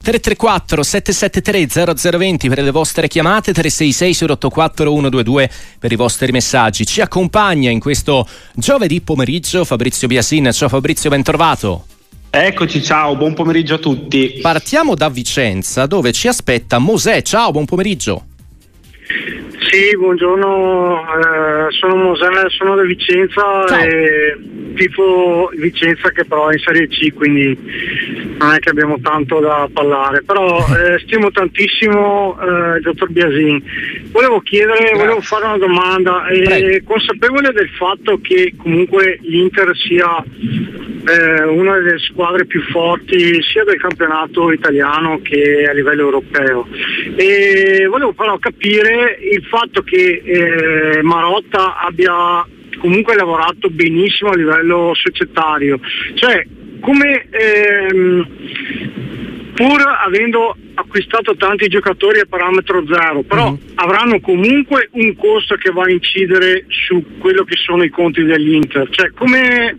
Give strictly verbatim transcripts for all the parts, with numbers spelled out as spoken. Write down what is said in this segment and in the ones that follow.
tre tre quattro sette sette tre zero zero due zero per le vostre chiamate, tre sei sei zero otto quattro uno due due per i vostri messaggi. Ci accompagna in questo giovedì pomeriggio Fabrizio Biasin. Ciao Fabrizio, ben trovato. Eccoci, ciao, buon pomeriggio a tutti. Partiamo da Vicenza, dove ci aspetta Mosè. Ciao, buon pomeriggio. Sì, buongiorno, eh, sono Mosè, sono da Vicenza. Ciao. E tifo Vicenza che però è in Serie C, quindi non è che abbiamo tanto da parlare, però eh, stimo tantissimo eh, il dottor Biasin. Volevo chiedere, Grazie. volevo fare una domanda, eh, consapevole del fatto che comunque l'Inter sia eh, una delle squadre più forti sia del campionato italiano che a livello europeo, e volevo però capire il fatto che eh, Marotta abbia comunque lavorato benissimo a livello societario, cioè come ehm, pur avendo acquistato tanti giocatori a parametro zero, però mm-hmm. avranno comunque un costo che va a incidere su quello che sono i conti dell'Inter, cioè come,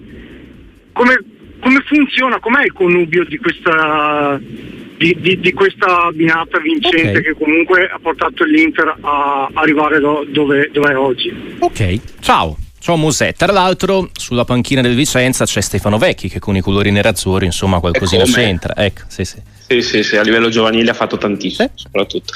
come, come funziona, com'è il connubio di questa Di, di, di questa abbinata vincente, okay, che comunque ha portato l'Inter a arrivare do, dove, dove è oggi. Ok, ciao. Ciao Mosè. Tra l'altro sulla panchina del Vicenza c'è Stefano Vecchi che con i colori nerazzurri insomma qualcosina c'entra. Ecco, sì, sì. Sì, sì, sì, a livello giovanile ha fatto tantissimo, sì, soprattutto.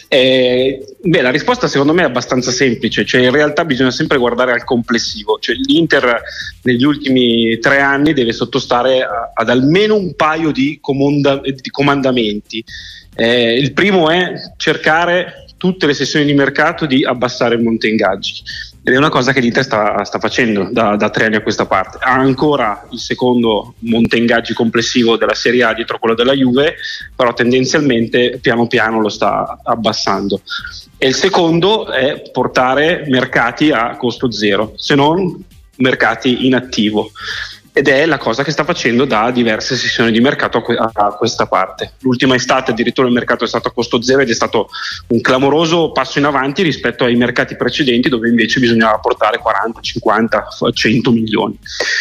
Eh, beh, la risposta secondo me è abbastanza semplice, cioè in realtà bisogna sempre guardare al complessivo, cioè l'Inter negli ultimi tre anni deve sottostare a, ad almeno un paio di, comonda, di comandamenti. Eh, il primo è cercare tutte le sessioni di mercato di abbassare il monte ingaggi. Ed è una cosa che l'Inter sta, sta facendo da, da tre anni a questa parte. Ha ancora il secondo monte ingaggi complessivo della Serie A dietro quello della Juve, però tendenzialmente piano piano lo sta abbassando. E il secondo è portare mercati a costo zero, se non mercati in attivo. Ed è la cosa che sta facendo da diverse sessioni di mercato a, que- a questa parte. L'ultima estate addirittura il mercato è stato a costo zero ed è stato un clamoroso passo in avanti rispetto ai mercati precedenti, dove invece bisognava portare quaranta, cinquanta, cento milioni.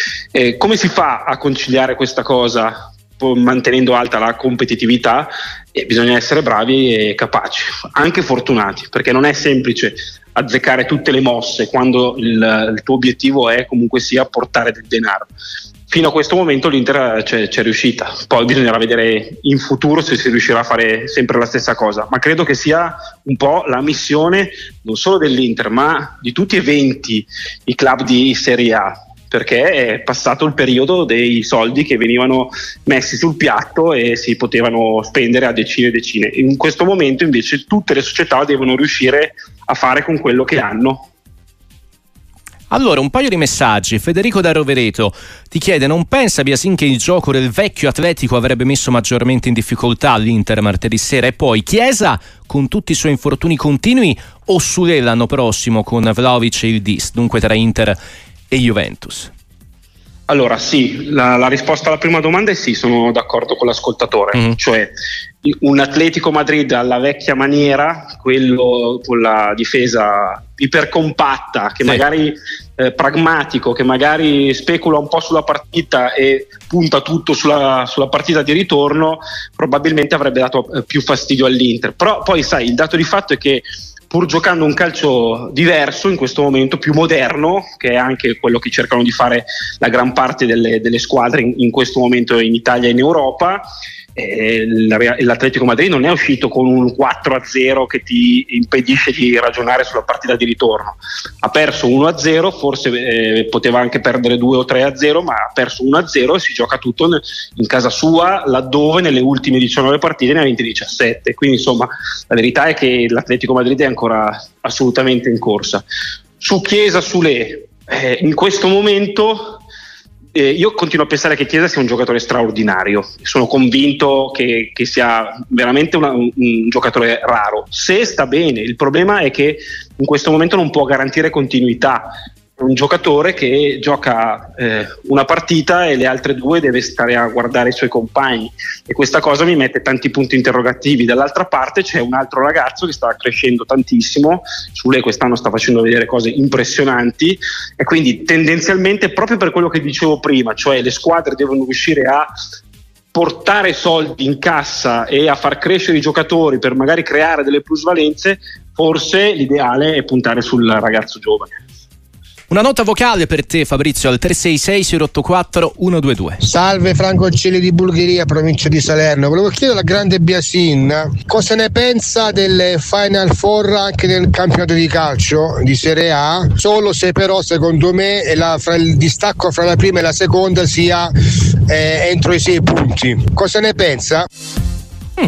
E come si fa a conciliare questa cosa mantenendo alta la competitività? E bisogna essere bravi e capaci, anche fortunati, perché non è semplice azzeccare tutte le mosse quando il, il tuo obiettivo è comunque sia portare del denaro. Fino a questo momento l'Inter c'è, c'è riuscita, poi bisognerà vedere in futuro se si riuscirà a fare sempre la stessa cosa, ma credo che sia un po' la missione non solo dell'Inter ma di tutti e venti i club di Serie A, perché è passato il periodo dei soldi che venivano messi sul piatto e si potevano spendere a decine e decine. In questo momento invece tutte le società devono riuscire a fare con quello che hanno. Allora, un paio di messaggi. Federico da Rovereto ti chiede: non pensa Biasin che il gioco del vecchio Atletico avrebbe messo maggiormente in difficoltà l'Inter martedì sera? E poi Chiesa con tutti i suoi infortuni continui o Sule l'anno prossimo con Vlahovic e il Dis, dunque tra Inter e Juventus? Allora sì, la, la risposta alla prima domanda è sì, sono d'accordo con l'ascoltatore, mm. cioè un Atletico Madrid alla vecchia maniera, quello con la difesa ipercompatta, che sì. magari eh, pragmatico, che magari specula un po' sulla partita e punta tutto sulla, sulla partita di ritorno, probabilmente avrebbe dato eh, più fastidio all'Inter. Però poi sai, il dato di fatto è che pur giocando un calcio diverso in questo momento, più moderno, che è anche quello che cercano di fare la gran parte delle, delle squadre in, in questo momento in Italia e in Europa, eh, l'Atletico Madrid non è uscito con un quattro a zero che ti impedisce di ragionare sulla partita di ritorno. Ha perso uno a zero, forse eh, poteva anche perdere due o tre a zero, ma ha perso uno a zero e si gioca tutto in casa sua, laddove nelle ultime diciannove partite ne ha vinte diciassette. Quindi insomma la verità è che l'Atletico Madrid è ancora assolutamente in corsa. Su Chiesa, Sule, eh, in questo momento Eh, io continuo a pensare che Chiesa sia un giocatore straordinario, sono convinto che, che sia veramente una, un, un giocatore raro, se sta bene. Il problema è che in questo momento non può garantire continuità. È un giocatore che gioca eh, una partita e le altre due deve stare a guardare i suoi compagni, e questa cosa mi mette tanti punti interrogativi. Dall'altra parte c'è un altro ragazzo che sta crescendo tantissimo, Sule quest'anno sta facendo vedere cose impressionanti, e quindi tendenzialmente, proprio per quello che dicevo prima, cioè le squadre devono riuscire a portare soldi in cassa e a far crescere i giocatori per magari creare delle plusvalenze, forse l'ideale è puntare sul ragazzo giovane. Una nota vocale per te, Fabrizio, al tre sei sei zero otto quattro uno due due. Salve, Franco Uccelli di Bulgheria, provincia di Salerno. Volevo chiedere alla grande Biasin cosa ne pensa delle Final Four anche nel campionato di calcio di Serie A, solo se però secondo me la, fra il distacco fra la prima e la seconda sia eh, entro i sei punti. Cosa ne pensa? Mm.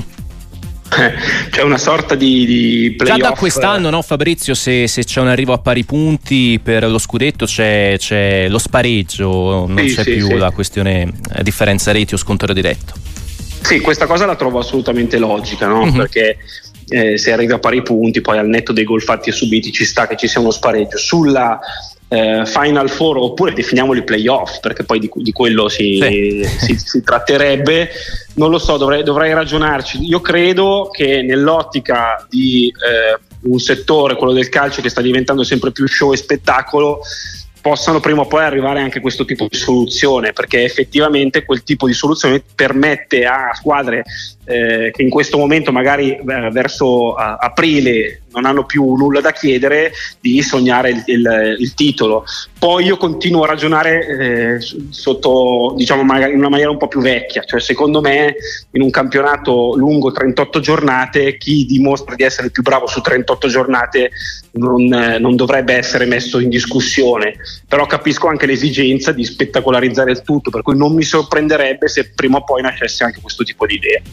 C'è una sorta di, di play-off. Già da quest'anno, no, Fabrizio, se, se c'è un arrivo a pari punti per lo scudetto c'è, c'è lo spareggio, non sì, c'è sì, più sì. la questione eh, differenza reti o scontro diretto. Sì, questa cosa la trovo assolutamente logica, no? Mm-hmm. Perché eh, se arrivi a pari punti, poi al netto dei gol fatti e subiti ci sta che ci sia uno spareggio. Sulla eh, Final Four, oppure definiamoli playoff, perché poi di, di quello si, sì. si, si tratterebbe. Non lo so, dovrei, dovrei ragionarci. Io credo che nell'ottica di eh, un settore, quello del calcio, che sta diventando sempre più show e spettacolo, possano prima o poi arrivare anche questo tipo di soluzione, perché effettivamente quel tipo di soluzione permette a squadre eh, che in questo momento magari eh, verso uh, aprile non hanno più nulla da chiedere di sognare il, il, il titolo. Poi io continuo a ragionare eh, sotto, diciamo, magari in una maniera un po' più vecchia, cioè secondo me in un campionato lungo trentotto giornate chi dimostra di essere il più bravo su trentotto giornate non, eh, non dovrebbe essere messo in discussione, però capisco anche l'esigenza di spettacolarizzare il tutto, per cui non mi sorprenderebbe se prima o poi nascesse anche questo tipo di idea.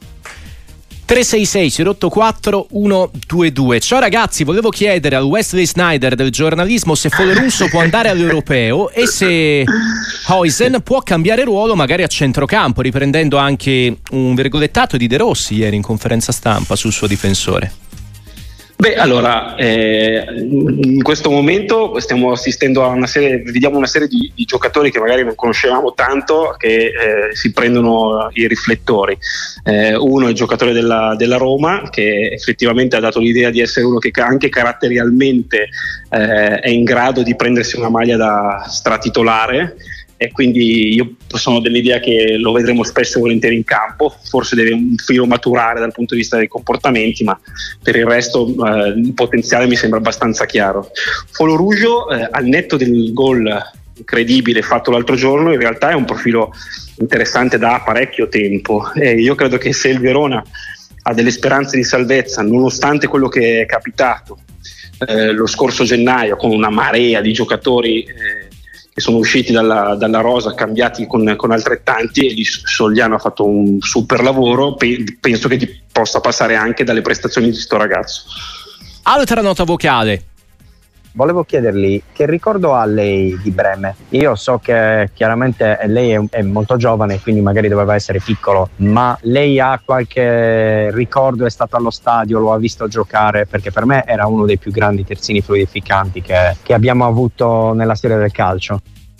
tre sei sei zero otto quattro uno due due. Ciao ragazzi, volevo chiedere al Wesley Snyder del giornalismo se Folerusso può andare all'europeo e se Huijsen può cambiare ruolo magari a centrocampo, riprendendo anche un virgolettato di De Rossi ieri in conferenza stampa sul suo difensore. Beh, allora, eh, in questo momento stiamo assistendo a una serie, vediamo una serie di, di giocatori che magari non conoscevamo tanto, che eh, si prendono i riflettori. Eh, uno è il giocatore della, della Roma, che effettivamente ha dato l'idea di essere uno che anche caratterialmente eh, è in grado di prendersi una maglia da stratitolare, e quindi io sono dell'idea che lo vedremo spesso e volentieri in campo. Forse deve un filo maturare dal punto di vista dei comportamenti, ma per il resto eh, il potenziale mi sembra abbastanza chiaro. Folorugio, eh, al netto del gol incredibile fatto l'altro giorno, in realtà è un profilo interessante da parecchio tempo, e io credo che se il Verona ha delle speranze di salvezza, nonostante quello che è capitato eh, lo scorso gennaio con una marea di giocatori eh, che sono usciti dalla, dalla rosa, cambiati con, con altrettanti, e lì Sogliano ha fatto un super lavoro. Pe- penso che ti possa passare anche dalle prestazioni di sto ragazzo. Altra nota vocale. Volevo chiedergli che ricordo ha lei di Breme. Io so che chiaramente lei è, è molto giovane, quindi magari doveva essere piccolo, ma lei ha qualche ricordo? È stato allo stadio, lo ha visto giocare? Perché per me era uno dei più grandi terzini fluidificanti che, che abbiamo avuto nella storia del calcio.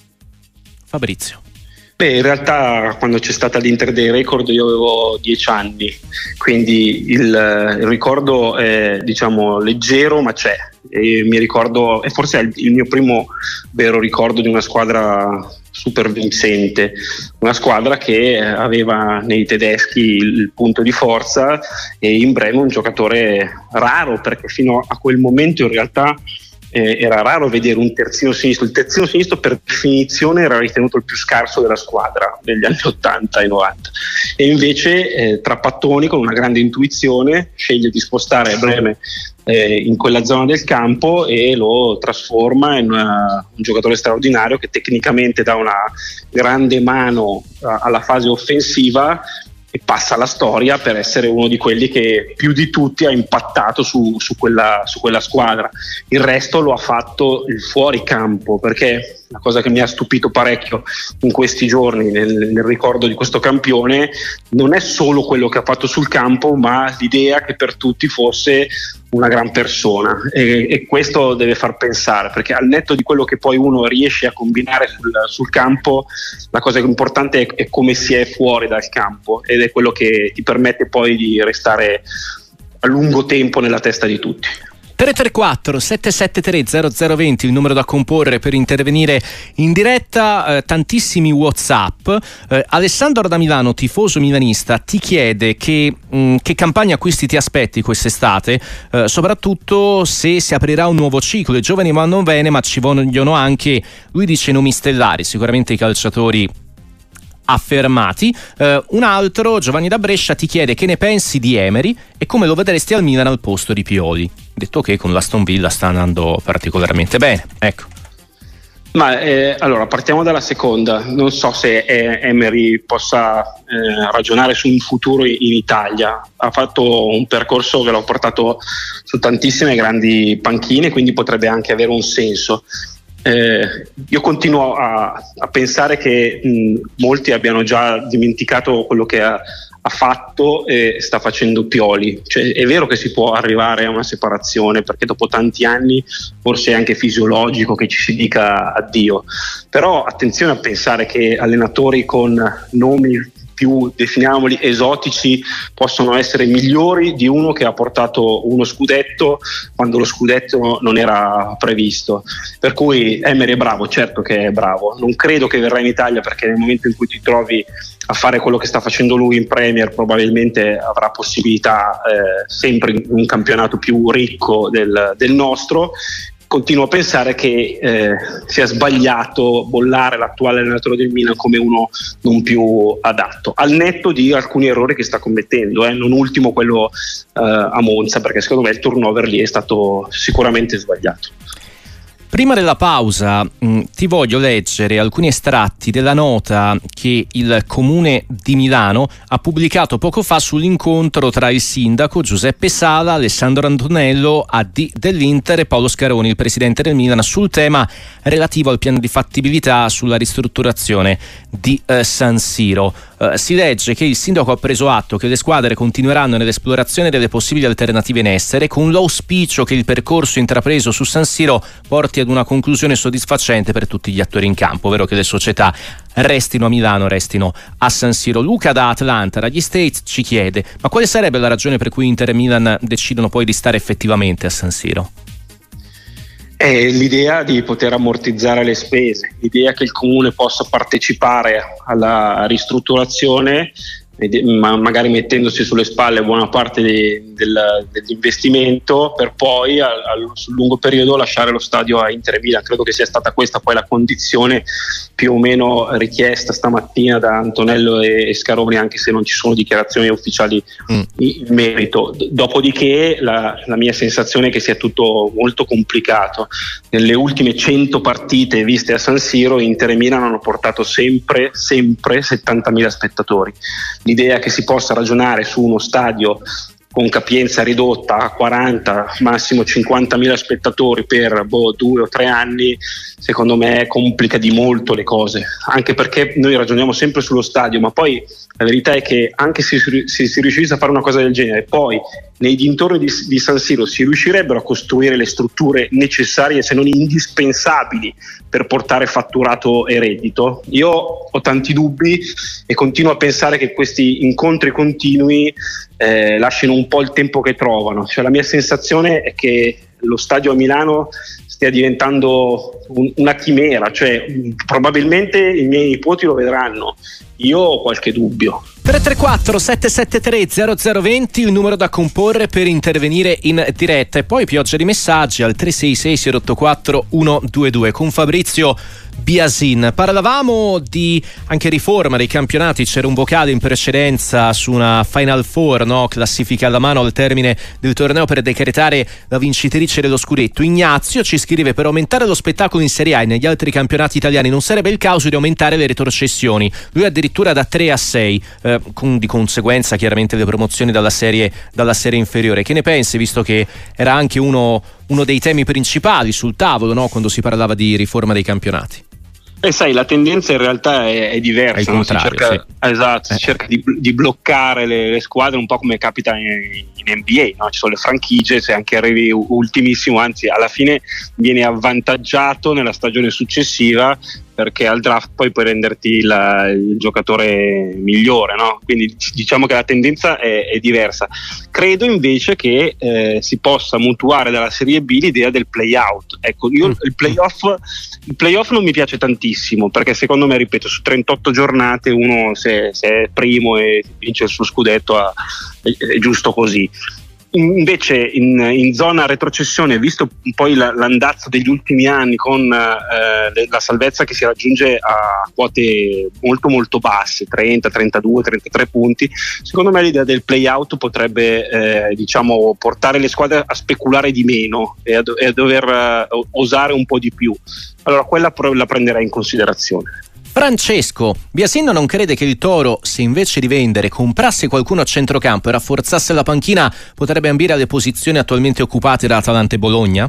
Fabrizio. Beh, in realtà quando c'è stata l'Inter dei Record io avevo dieci anni, quindi il, il ricordo è, diciamo, leggero, ma c'è. E mi ricordo, e forse è il, il mio primo vero ricordo di una squadra super vincente, una squadra che aveva nei tedeschi il punto di forza, e in Bremo un giocatore raro, perché fino a quel momento in realtà Eh, era raro vedere un terzino sinistro. Il terzino sinistro per definizione era ritenuto il più scarso della squadra negli anni ottanta e novanta, e invece eh, Trapattoni, con una grande intuizione, sceglie di spostare Breme eh, in quella zona del campo e lo trasforma in una, un giocatore straordinario che tecnicamente dà una grande mano a, alla fase offensiva, e passa alla storia per essere uno di quelli che più di tutti ha impattato su, su, quella, su quella squadra. Il resto lo ha fatto il fuori campo, perché la cosa che mi ha stupito parecchio in questi giorni nel, nel ricordo di questo campione non è solo quello che ha fatto sul campo, ma l'idea che per tutti fosse una gran persona, e, e questo deve far pensare, perché al netto di quello che poi uno riesce a combinare sul, sul campo, la cosa importante è, è come si è fuori dal campo, ed è quello che ti permette poi di restare a lungo tempo nella testa di tutti. tre tre quattro sette sette tre zero zero due zero il numero da comporre per intervenire in diretta. Eh, tantissimi WhatsApp. Eh, Alessandro da Milano, tifoso milanista, ti chiede che, mh, che campagna acquisti ti aspetti quest'estate, eh, soprattutto se si aprirà un nuovo ciclo. I giovani vanno bene, ma ci vogliono anche, lui dice, nomi stellari, sicuramente i calciatori affermati. Eh, un altro, Giovanni da Brescia, ti chiede che ne pensi di Emery e come lo vedresti al Milan al posto di Pioli, detto che con l'Aston Villa sta andando particolarmente bene. Ecco. Ma eh, allora partiamo dalla seconda. Non so se eh, Emery possa eh, ragionare su un futuro in Italia. Ha fatto un percorso che l'ha portato su tantissime grandi panchine, quindi potrebbe anche avere un senso. Eh, io continuo a, a pensare che mh, molti abbiano già dimenticato quello che ha, ha fatto e sta facendo Pioli. Cioè, è vero che si può arrivare a una separazione, perché dopo tanti anni forse è anche fisiologico che ci si dica addio, però attenzione a pensare che allenatori con nomi più, definiamoli, esotici possono essere migliori di uno che ha portato uno scudetto quando lo scudetto non era previsto. Per cui Emery è bravo, certo che è bravo, non credo che verrà in Italia, perché nel momento in cui ti trovi a fare quello che sta facendo lui in Premier probabilmente avrà possibilità eh, sempre in un campionato più ricco del, del nostro. Continuo a pensare che eh, sia sbagliato bollare l'attuale allenatore del Milan come uno non più adatto, al netto di alcuni errori che sta commettendo, eh, non ultimo quello eh, a Monza, perché secondo me il turnover lì è stato sicuramente sbagliato. Prima della pausa mh, ti voglio leggere alcuni estratti della nota che il Comune di Milano ha pubblicato poco fa sull'incontro tra il sindaco Giuseppe Sala, Alessandro Antonello, A D dell'Inter, e Paolo Scaroni, il presidente del Milan, sul tema relativo al piano di fattibilità sulla ristrutturazione di eh, San Siro. Uh, si legge che il sindaco ha preso atto che le squadre continueranno nell'esplorazione delle possibili alternative in essere, con l'auspicio che il percorso intrapreso su San Siro porti ad una conclusione soddisfacente per tutti gli attori in campo, ovvero che le società restino a Milano, restino a San Siro. Luca da Atlanta, dagli States, ci chiede: ma quale sarebbe la ragione per cui Inter e Milan decidono poi di stare effettivamente a San Siro? È l'idea di poter ammortizzare le spese, l'idea che il comune possa partecipare alla ristrutturazione, ma magari mettendosi sulle spalle buona parte di, del, dell'investimento, per poi al, al, sul lungo periodo lasciare lo stadio a Inter e Milan. Credo che sia stata questa poi la condizione più o meno richiesta stamattina da Antonello e, e Scaroni, anche se non ci sono dichiarazioni ufficiali mm. in merito. Dopodiché la, la mia sensazione è che sia tutto molto complicato. Nelle ultime cento partite viste a San Siro, Inter e Milan hanno portato sempre, sempre settantamila spettatori. L'idea che si possa ragionare su uno stadio con capienza ridotta a quaranta, massimo cinquantamila spettatori per boh, due o tre anni, secondo me complica di molto le cose, anche perché noi ragioniamo sempre sullo stadio, ma poi la verità è che anche se si, si riuscisse a fare una cosa del genere, poi nei dintorni di, di San Siro si riuscirebbero a costruire le strutture necessarie, se non indispensabili, per portare fatturato e reddito? Io ho tanti dubbi e continuo a pensare che questi incontri continui eh, lasciano un po' il tempo che trovano. Cioè, la mia sensazione è che lo stadio a Milano stia diventando un, una chimera, cioè probabilmente i miei nipoti lo vedranno, io ho qualche dubbio. tre tre quattro sette sette tre zero zero due zero il numero da comporre per intervenire in diretta, e poi pioggia di messaggi al tre sei sei zero otto quattro uno due due. Con Fabrizio Biasin parlavamo di anche riforma dei campionati, c'era un vocale in precedenza su una Final Four, no? Classifica alla mano al termine del torneo per decretare la vincitrice dello scudetto. Ignazio ci scrive: per aumentare lo spettacolo in Serie A e negli altri campionati italiani non sarebbe il caso di aumentare le retrocessioni? Lui addirittura da tre a sei, eh, con di conseguenza chiaramente le promozioni dalla serie, dalla serie inferiore. Che ne pensi, visto che era anche uno, uno dei temi principali sul tavolo, no? Quando si parlava di riforma dei campionati? E sai, la tendenza in realtà è, è diversa, no? Si cerca, sì. esatto, eh. si cerca di, di bloccare le, le squadre, un po' come capita in, in N B A, no? Ci sono le franchigie, se anche arrivi ultimissimo, anzi alla fine viene avvantaggiato nella stagione successiva perché al draft poi puoi renderti la, il giocatore migliore, no? Quindi diciamo che la tendenza è, è diversa. Credo invece che eh, si possa mutuare dalla Serie B l'idea del play-out. Ecco, io il play-off, il play-off non mi piace tantissimo, perché secondo me, ripeto, su trentotto giornate uno se, se è primo e vince il suo scudetto a, è, è giusto così. Invece in, in zona retrocessione, visto poi la, l'andazzo degli ultimi anni con eh, la salvezza che si raggiunge a quote molto molto basse, trenta, trentadue, trentatré punti, secondo me l'idea del play-out potrebbe eh, diciamo portare le squadre a speculare di meno e a, do- e a dover uh, osare un po' di più. Allora quella la prenderei in considerazione. Francesco, Biasino non crede che il Toro, se invece di vendere comprasse qualcuno a centrocampo e rafforzasse la panchina, potrebbe ambire alle posizioni attualmente occupate da Atalanta e Bologna?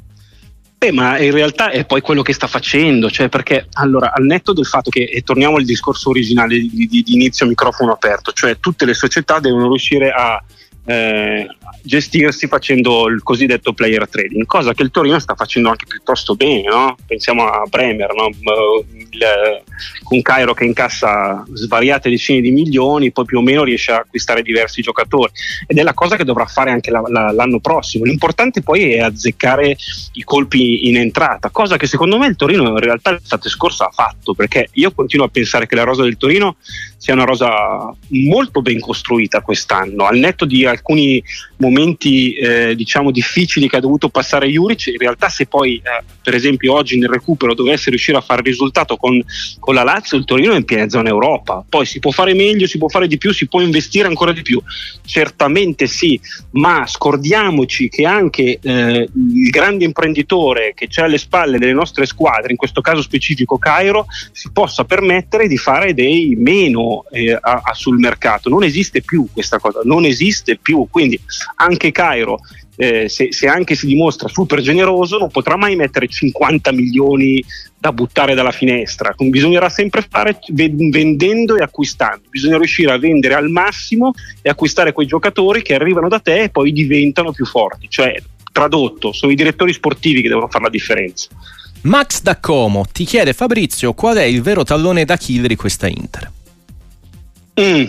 Beh, ma in realtà è poi quello che sta facendo, cioè perché allora al netto del fatto che, e torniamo al discorso originale di, di, di inizio microfono aperto, cioè tutte le società devono riuscire a Eh, gestirsi facendo il cosiddetto player trading, cosa che il Torino sta facendo anche piuttosto bene, no? Pensiamo a Bremer, no? il, con Cairo che incassa svariate decine di milioni, poi più o meno riesce a acquistare diversi giocatori, ed è la cosa che dovrà fare anche la, la, l'anno prossimo. L'importante poi è azzeccare i colpi in entrata, cosa che secondo me il Torino in realtà l'estate scorsa ha fatto, perché io continuo a pensare che la rosa del Torino sia una rosa molto ben costruita quest'anno, al netto di alcuni momenti eh, diciamo difficili che ha dovuto passare Juric. In realtà se poi eh, per esempio oggi nel recupero dovesse riuscire a fare il risultato con, con la Lazio, il Torino è in piena zona Europa. Poi si può fare meglio, si può fare di più, si può investire ancora di più, certamente sì, ma scordiamoci che anche eh, il grande imprenditore che c'è alle spalle delle nostre squadre, in questo caso specifico Cairo, si possa permettere di fare dei meno eh, a, a sul mercato. Non esiste più questa cosa, non esiste più. Quindi anche Cairo, eh, se, se anche si dimostra super generoso, non potrà mai mettere cinquanta milioni da buttare dalla finestra. Bisognerà sempre fare vendendo e acquistando, bisogna riuscire a vendere al massimo e acquistare quei giocatori che arrivano da te e poi diventano più forti. Cioè, tradotto, sono i direttori sportivi che devono fare la differenza. Max da Como ti chiede: Fabrizio, qual è il vero tallone d'Achille di questa Inter? Mm.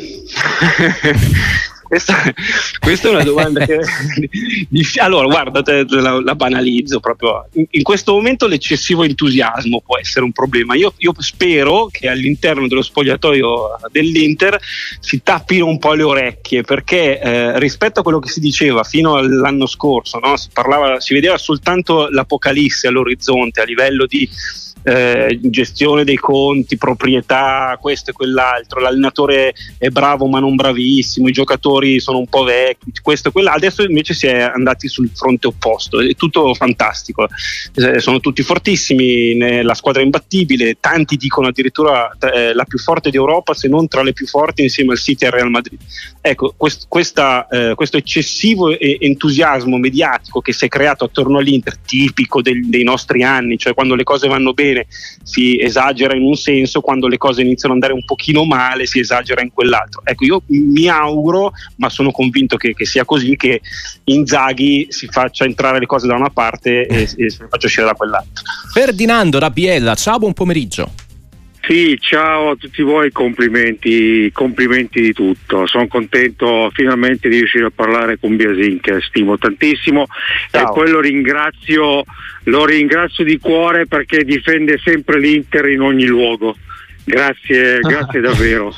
Questa, questa è una domanda che allora guarda, te, te la, la banalizzo proprio. In, in questo momento l'eccessivo entusiasmo può essere un problema. Io, io spero che all'interno dello spogliatoio dell'Inter si tappino un po' le orecchie, perché eh, rispetto a quello che si diceva fino all'anno scorso, no? si parlava, si vedeva soltanto l'apocalisse all'orizzonte a livello di Eh, gestione dei conti, proprietà, questo e quell'altro, l'allenatore è bravo ma non bravissimo, i giocatori sono un po' vecchi, questo e quell'altro. Adesso invece si è andati sul fronte opposto, è tutto fantastico, eh, sono tutti fortissimi, ne, la squadra è imbattibile, tanti dicono addirittura eh, la più forte d'Europa, se non tra le più forti, insieme al City e al Real Madrid. Ecco, quest, questa, eh, questo eccessivo entusiasmo mediatico che si è creato attorno all'Inter, tipico del, dei nostri anni, cioè quando le cose vanno bene si esagera in un senso, quando le cose iniziano ad andare un pochino male si esagera in quell'altro. Ecco, io mi auguro, ma sono convinto che, che sia così, che Inzaghi si faccia entrare le cose da una parte e, e si faccia uscire da quell'altra. Ferdinando Rabbiella, ciao, buon pomeriggio. Sì, ciao a tutti voi, complimenti, complimenti di tutto. Sono contento finalmente di riuscire a parlare con Biasin, che stimo tantissimo, ciao. E poi lo ringrazio, lo ringrazio di cuore perché difende sempre l'Inter in ogni luogo. Grazie, grazie davvero.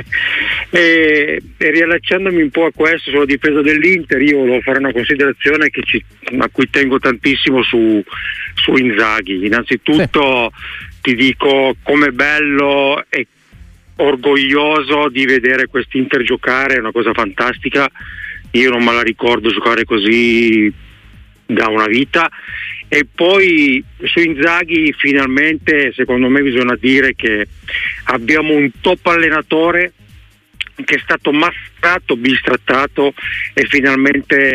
e, e riallacciandomi un po' a questo, sulla difesa dell'Inter, io volevo fare una considerazione che ci, a cui tengo tantissimo su, su Inzaghi. Innanzitutto sì. Ti dico com'è bello e orgoglioso di vedere quest'Inter giocare, è una cosa fantastica. Io non me la ricordo giocare così da una vita. E poi su Inzaghi finalmente secondo me bisogna dire che abbiamo un top allenatore che è stato massacrato, bistrattato e finalmente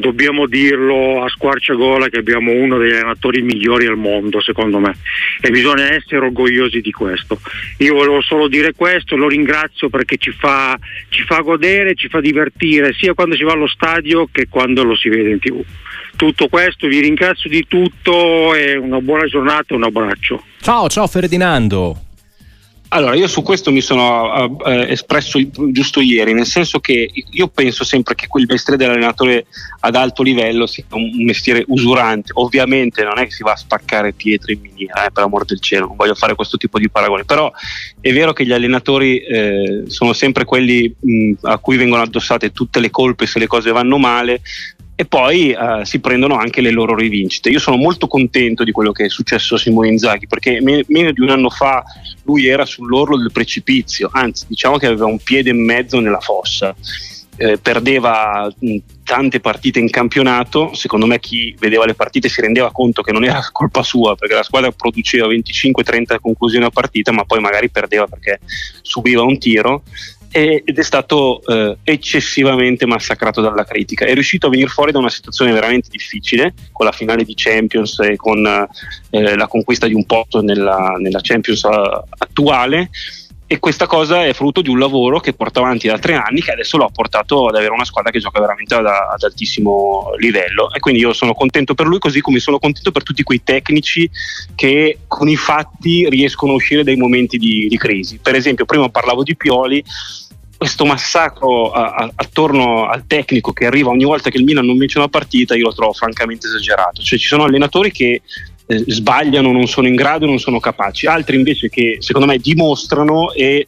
dobbiamo dirlo a squarciagola che abbiamo uno degli allenatori migliori al mondo, secondo me, e bisogna essere orgogliosi di questo. Io volevo solo dire questo, lo ringrazio perché ci fa, ci fa godere, ci fa divertire sia quando si va allo stadio che quando lo si vede in tivù. Tutto questo, vi ringrazio di tutto e una buona giornata e un abbraccio. Ciao, ciao Ferdinando. Allora, io su questo mi sono eh, espresso giusto ieri, nel senso che io penso sempre che quel mestiere dell'allenatore ad alto livello sia un mestiere usurante. Ovviamente non è che si va a spaccare pietre in miniera, eh, per amor del cielo, non voglio fare questo tipo di paragone, però è vero che gli allenatori eh, sono sempre quelli mh, a cui vengono addossate tutte le colpe se le cose vanno male, e poi uh, si prendono anche le loro rivincite. Io sono molto contento di quello che è successo a Simone Inzaghi, perché me- meno di un anno fa lui era sull'orlo del precipizio, anzi diciamo che aveva un piede e mezzo nella fossa, eh, perdeva mh, tante partite in campionato. Secondo me chi vedeva le partite si rendeva conto che non era colpa sua, perché la squadra produceva venticinque trenta conclusioni a partita, ma poi magari perdeva perché subiva un tiro, ed è stato eh, eccessivamente massacrato dalla critica. È riuscito a venire fuori da una situazione veramente difficile, con la finale di Champions e con eh, la conquista di un posto nella, nella Champions attuale, e questa cosa è frutto di un lavoro che porta avanti da tre anni, che adesso lo ha portato ad avere una squadra che gioca veramente ad, ad altissimo livello, e quindi io sono contento per lui, così come sono contento per tutti quei tecnici che con i fatti riescono a uscire dai momenti di, di crisi. Per esempio, prima parlavo di Pioli, questo massacro a, a, attorno al tecnico che arriva ogni volta che il Milan non vince una partita, io lo trovo francamente esagerato. Cioè, ci sono allenatori che eh, sbagliano, non sono in grado, non sono capaci, altri invece che secondo me dimostrano e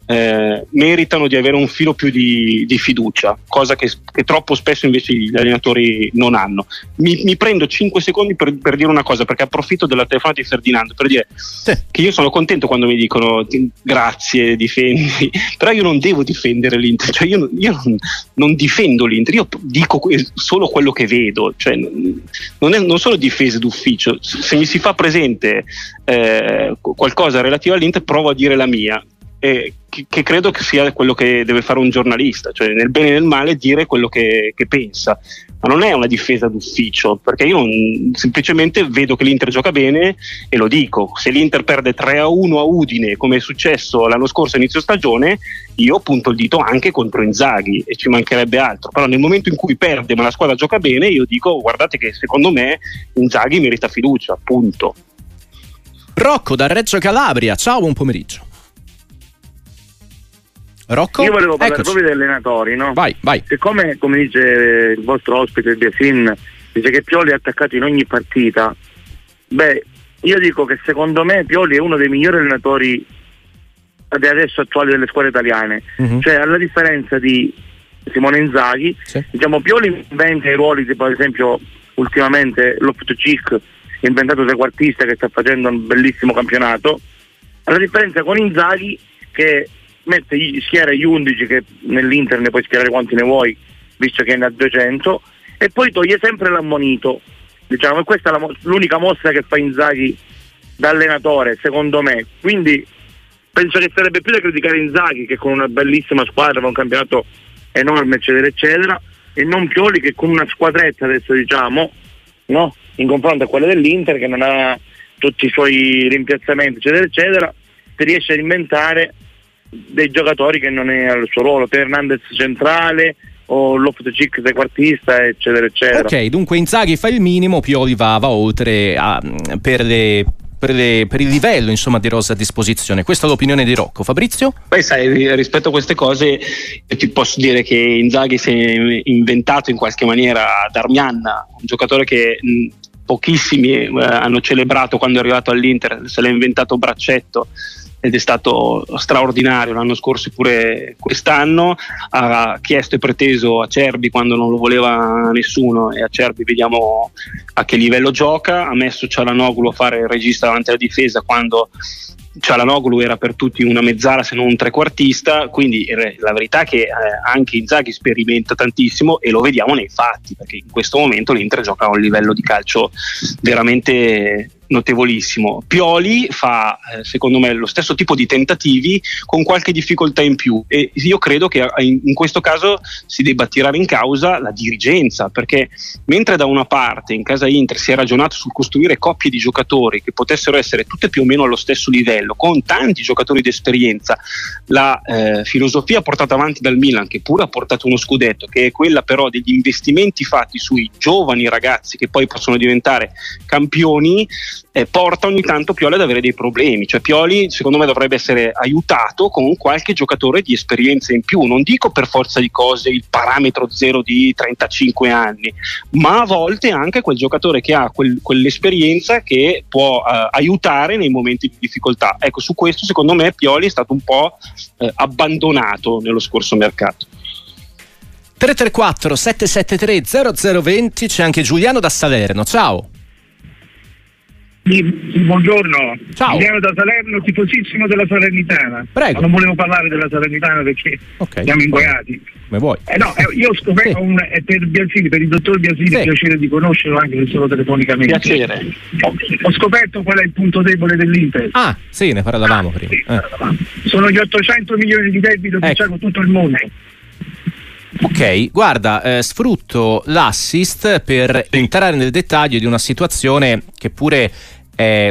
eh, meritano di avere un filo più di, di fiducia, cosa che, che troppo spesso invece gli allenatori non hanno. Mi, mi prendo cinque secondi per, per dire una cosa, perché approfitto della telefonata di Ferdinando per dire sì, che io sono contento quando mi dicono grazie, difendi, però io non devo difendere l'Inter, cioè io, io non, non difendo l'Inter, io dico solo quello che vedo, cioè non, è, non sono difese d'ufficio. Se mi si fa presente eh, qualcosa relativo all'Inter, provo a dire la mia, eh, che, che credo che sia quello che deve fare un giornalista, cioè nel bene e nel male dire quello che, che pensa, ma non è una difesa d'ufficio, perché io non, semplicemente vedo che l'Inter gioca bene e lo dico. Se l'Inter perde tre a uno a Udine, come è successo l'anno scorso a inizio stagione, io punto il dito anche contro Inzaghi e ci mancherebbe altro, però nel momento in cui perde ma la squadra gioca bene, io dico guardate che secondo me Inzaghi merita fiducia, punto. Rocco da Reggio Calabria, ciao, buon pomeriggio. Rocco? Io volevo parlare Eccoci. proprio degli allenatori, no? Vai, vai. Siccome, come dice il vostro ospite il Biasin, dice che Pioli è attaccato in ogni partita, beh, io dico che secondo me Pioli è uno dei migliori allenatori adesso attuali delle squadre italiane, uh-huh. Cioè alla differenza di Simone Inzaghi, sì. Diciamo Pioli inventa i ruoli, tipo ad esempio ultimamente Loftus-Cheek è inventato trequartista che sta facendo un bellissimo campionato, alla differenza con Inzaghi che mette, schiera gli undici, che nell'Inter ne puoi schierare quanti ne vuoi visto che ne ha duecento, e poi toglie sempre l'ammonito, diciamo, e questa è la, l'unica mossa che fa Inzaghi da allenatore secondo me, quindi penso che sarebbe più da criticare Inzaghi che con una bellissima squadra, con un campionato enorme eccetera eccetera, e non Pioli che con una squadretta adesso diciamo, no, in confronto a quella dell'Inter che non ha tutti i suoi rimpiazzamenti eccetera eccetera, si riesce a inventare dei giocatori che non è al suo ruolo, Teo Hernandez centrale o Loftus-Cheek trequartista eccetera eccetera. Ok, dunque Inzaghi fa il minimo, Pioli va, va oltre a, per, le, per, le, per il livello insomma di rosa a disposizione. Questa è l'opinione di Rocco. Fabrizio? Poi sai, rispetto a queste cose ti posso dire che Inzaghi si è inventato in qualche maniera Darmian, un giocatore che mh, pochissimi eh, hanno celebrato quando è arrivato all'Inter, se l'ha inventato Braccetto ed è stato straordinario l'anno scorso e pure quest'anno. Ha chiesto e preteso Acerbi quando non lo voleva nessuno, e Acerbi vediamo a che livello gioca. Ha messo Cialanoglu a fare il regista davanti alla difesa quando Cialanoglu era per tutti una mezzala se non un trequartista, quindi la verità è che eh, anche Inzaghi sperimenta tantissimo e lo vediamo nei fatti, perché in questo momento l'Inter gioca a un livello di calcio veramente notevolissimo. Pioli fa eh, secondo me lo stesso tipo di tentativi con qualche difficoltà in più, e io credo che in, in questo caso si debba tirare in causa la dirigenza, perché mentre da una parte in casa Inter si è ragionato sul costruire coppie di giocatori che potessero essere tutte più o meno allo stesso livello, con tanti giocatori d'esperienza, la eh, filosofia portata avanti dal Milan, che pure ha portato uno scudetto, che è quella però degli investimenti fatti sui giovani ragazzi che poi possono diventare campioni, eh, porta ogni tanto Pioli ad avere dei problemi. Cioè Pioli secondo me dovrebbe essere aiutato con qualche giocatore di esperienza in più, non dico per forza di cose il parametro zero di trentacinque anni, ma a volte anche quel giocatore che ha quel, quell'esperienza che può eh, aiutare nei momenti di difficoltà. Ecco, su questo secondo me Pioli è stato un po' eh, abbandonato nello scorso mercato. tre tre quattro sette sette tre zero zero due zero, c'è anche Giuliano da Salerno. Ciao. Sì, buongiorno, ciao. Giuliano da Salerno, tifosissimo della Salernitana. Prego. Ma non volevo parlare della Salernitana perché okay. siamo ingoiati. Come vuoi. Eh no, eh, io ho scoperto, sì. un, eh, per Biasini, per il dottor Biasini, sì. piacere di conoscerlo anche se solo telefonicamente. Piacere. Ho, ho scoperto qual è il punto debole dell'Inter. Ah, sì, ne parlavamo ah, prima. Sì, eh. Sono gli ottocento milioni di debito che ecco. c'è con tutto il mondo. Ok, guarda, eh, sfrutto l'assist per entrare nel dettaglio di una situazione che pure è,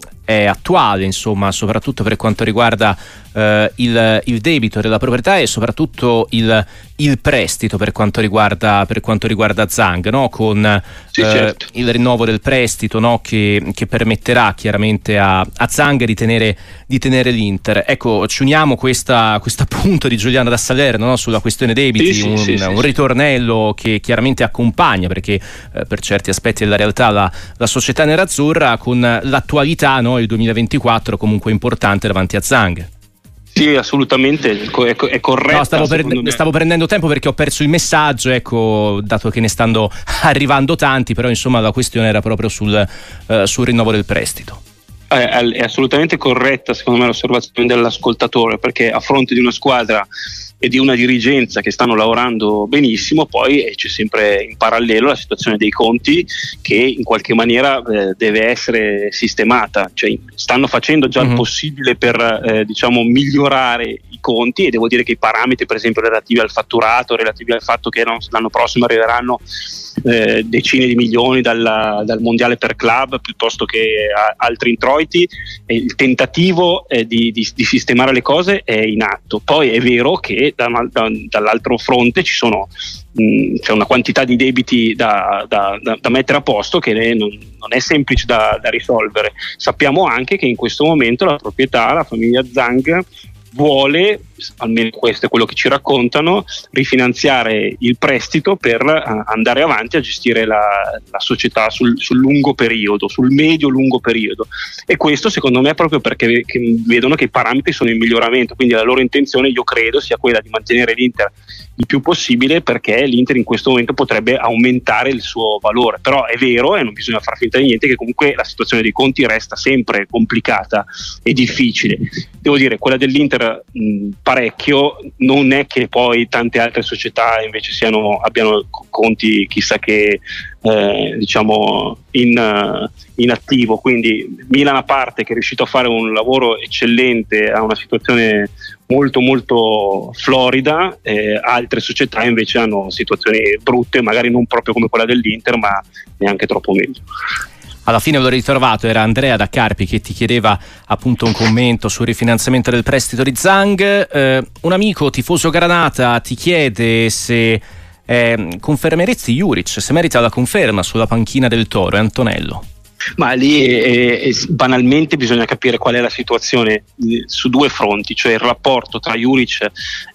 è attuale, insomma, soprattutto per quanto riguarda eh, il, il debito della proprietà e soprattutto il, il prestito per quanto riguarda per quanto riguarda Zhang, no? Con sì, eh, certo. il rinnovo del prestito, no? che, che permetterà chiaramente a, a Zhang di tenere, di tenere l'Inter. Ecco, ci uniamo questa, questo appunto di Giuliano da Salerno, no? Sulla questione debiti, sì, un, sì, sì, un sì. ritornello che chiaramente accompagna, perché eh, per certi aspetti della realtà la, la società nerazzurra, con l'attualità, no? Il duemilaventiquattro comunque importante davanti a Zhang. Sì, assolutamente, è, è corretto. No, stavo, per, stavo prendendo tempo perché ho perso il messaggio, ecco, dato che ne stanno arrivando tanti, però insomma la questione era proprio sul, eh, sul rinnovo del prestito. È, è assolutamente corretta secondo me l'osservazione dell'ascoltatore, perché a fronte di una squadra e di una dirigenza che stanno lavorando benissimo, poi c'è sempre in parallelo la situazione dei conti che in qualche maniera eh, deve essere sistemata, cioè stanno facendo già mm-hmm. il possibile per eh, diciamo migliorare i conti, e devo dire che i parametri per esempio relativi al fatturato, relativi al fatto che l'anno prossimo arriveranno eh, decine di milioni dalla, dal mondiale per club piuttosto che a, altri introiti, e il tentativo eh, di, di, di sistemare le cose è in atto. Poi è vero che da, da, dall'altro fronte ci sono mh, c'è una quantità di debiti da, da, da, da mettere a posto che non, non è semplice da, da risolvere. Sappiamo anche che in questo momento la proprietà, la famiglia Zhang, vuole, almeno questo è quello che ci raccontano, rifinanziare il prestito per uh, andare avanti a gestire la, la società sul, sul lungo periodo, sul medio-lungo periodo, e questo secondo me è proprio perché che vedono che i parametri sono in miglioramento, quindi la loro intenzione, io credo, sia quella di mantenere l'Inter il più possibile, perché l'Inter in questo momento potrebbe aumentare il suo valore. Però è vero, e non bisogna far finta di niente, che comunque la situazione dei conti resta sempre complicata e difficile. Devo dire, quella dell'Inter mh, parecchio, non è che poi tante altre società invece siano, abbiano conti chissà che eh, diciamo in, uh, in attivo, quindi Milan a parte, che è riuscito a fare un lavoro eccellente, ha una situazione molto molto florida, eh, altre società invece hanno situazioni brutte, magari non proprio come quella dell'Inter, ma neanche troppo meglio. Alla fine l'ho ritrovato, era Andrea da Carpi che ti chiedeva appunto un commento sul rifinanziamento del prestito di Zhang. Eh, un amico tifoso granata ti chiede se eh, confermeresti Juric, se merita la conferma sulla panchina del Toro, è Antonello. Ma lì eh, eh, banalmente bisogna capire qual è la situazione eh, su due fronti, cioè il rapporto tra Juric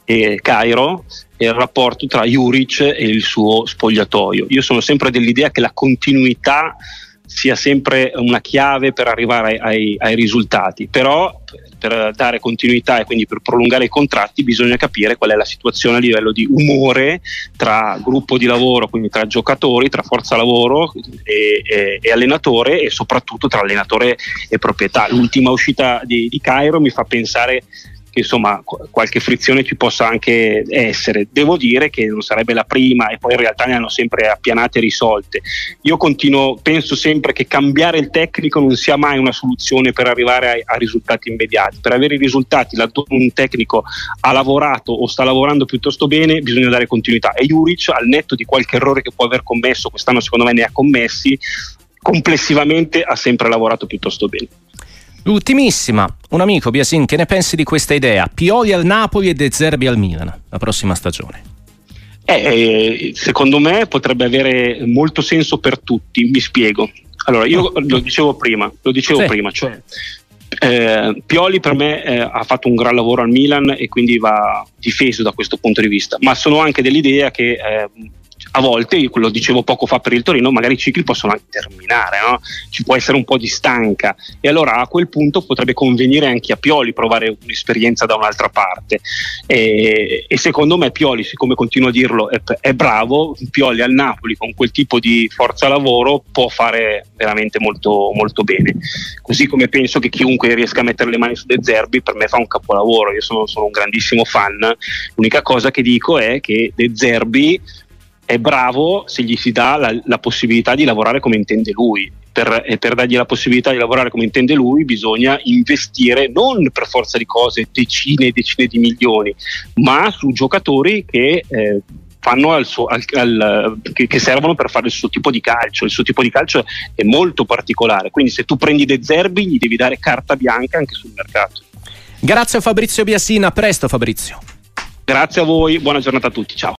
e Cairo e il rapporto tra Juric e il suo spogliatoio. Io sono sempre dell'idea che la continuità sia sempre una chiave per arrivare ai, ai risultati, però per dare continuità e quindi per prolungare i contratti bisogna capire qual è la situazione a livello di umore tra gruppo di lavoro, quindi tra giocatori, tra forza lavoro e, e, e allenatore, e soprattutto tra allenatore e proprietà. L'ultima uscita di, di Cairo mi fa pensare che insomma qualche frizione ci possa anche essere. Devo dire che non sarebbe la prima, e poi in realtà ne hanno sempre appianate e risolte. Io continuo, penso sempre che cambiare il tecnico non sia mai una soluzione per arrivare a, a risultati immediati. Per avere i risultati laddove un tecnico ha lavorato o sta lavorando piuttosto bene, bisogna dare continuità, e Juric, al netto di qualche errore che può aver commesso, quest'anno secondo me ne ha commessi, complessivamente ha sempre lavorato piuttosto bene. L'ultimissima, un amico, Biasin, che ne pensi di questa idea? Pioli al Napoli e De Zerbi al Milan la prossima stagione. Eh, secondo me potrebbe avere molto senso per tutti, mi spiego. Allora, io lo dicevo prima, lo dicevo sì. prima, cioè eh, Pioli per me eh, ha fatto un gran lavoro al Milan e quindi va difeso da questo punto di vista, ma sono anche dell'idea che eh, a volte, io lo dicevo poco fa per il Torino, magari i cicli possono anche terminare, no? Ci può essere un po' di stanca, e allora a quel punto potrebbe convenire anche a Pioli provare un'esperienza da un'altra parte, e, e secondo me Pioli, siccome continuo a dirlo, è, è bravo. Pioli al Napoli con quel tipo di forza lavoro può fare veramente molto, molto bene, così come penso che chiunque riesca a mettere le mani su De Zerbi per me fa un capolavoro. Io sono, sono un grandissimo fan, l'unica cosa che dico è che De Zerbi è bravo se gli si dà la, la possibilità di lavorare come intende lui. Per, e per dargli la possibilità di lavorare come intende lui bisogna investire non per forza di cose decine e decine di milioni, ma su giocatori che eh, fanno al suo, al, al, che, che servono per fare il suo tipo di calcio. Il suo tipo di calcio è molto particolare, quindi se tu prendi De Zerbi gli devi dare carta bianca anche sul mercato. Grazie a Fabrizio Biasin, a presto Fabrizio. Grazie a voi, buona giornata a tutti, ciao.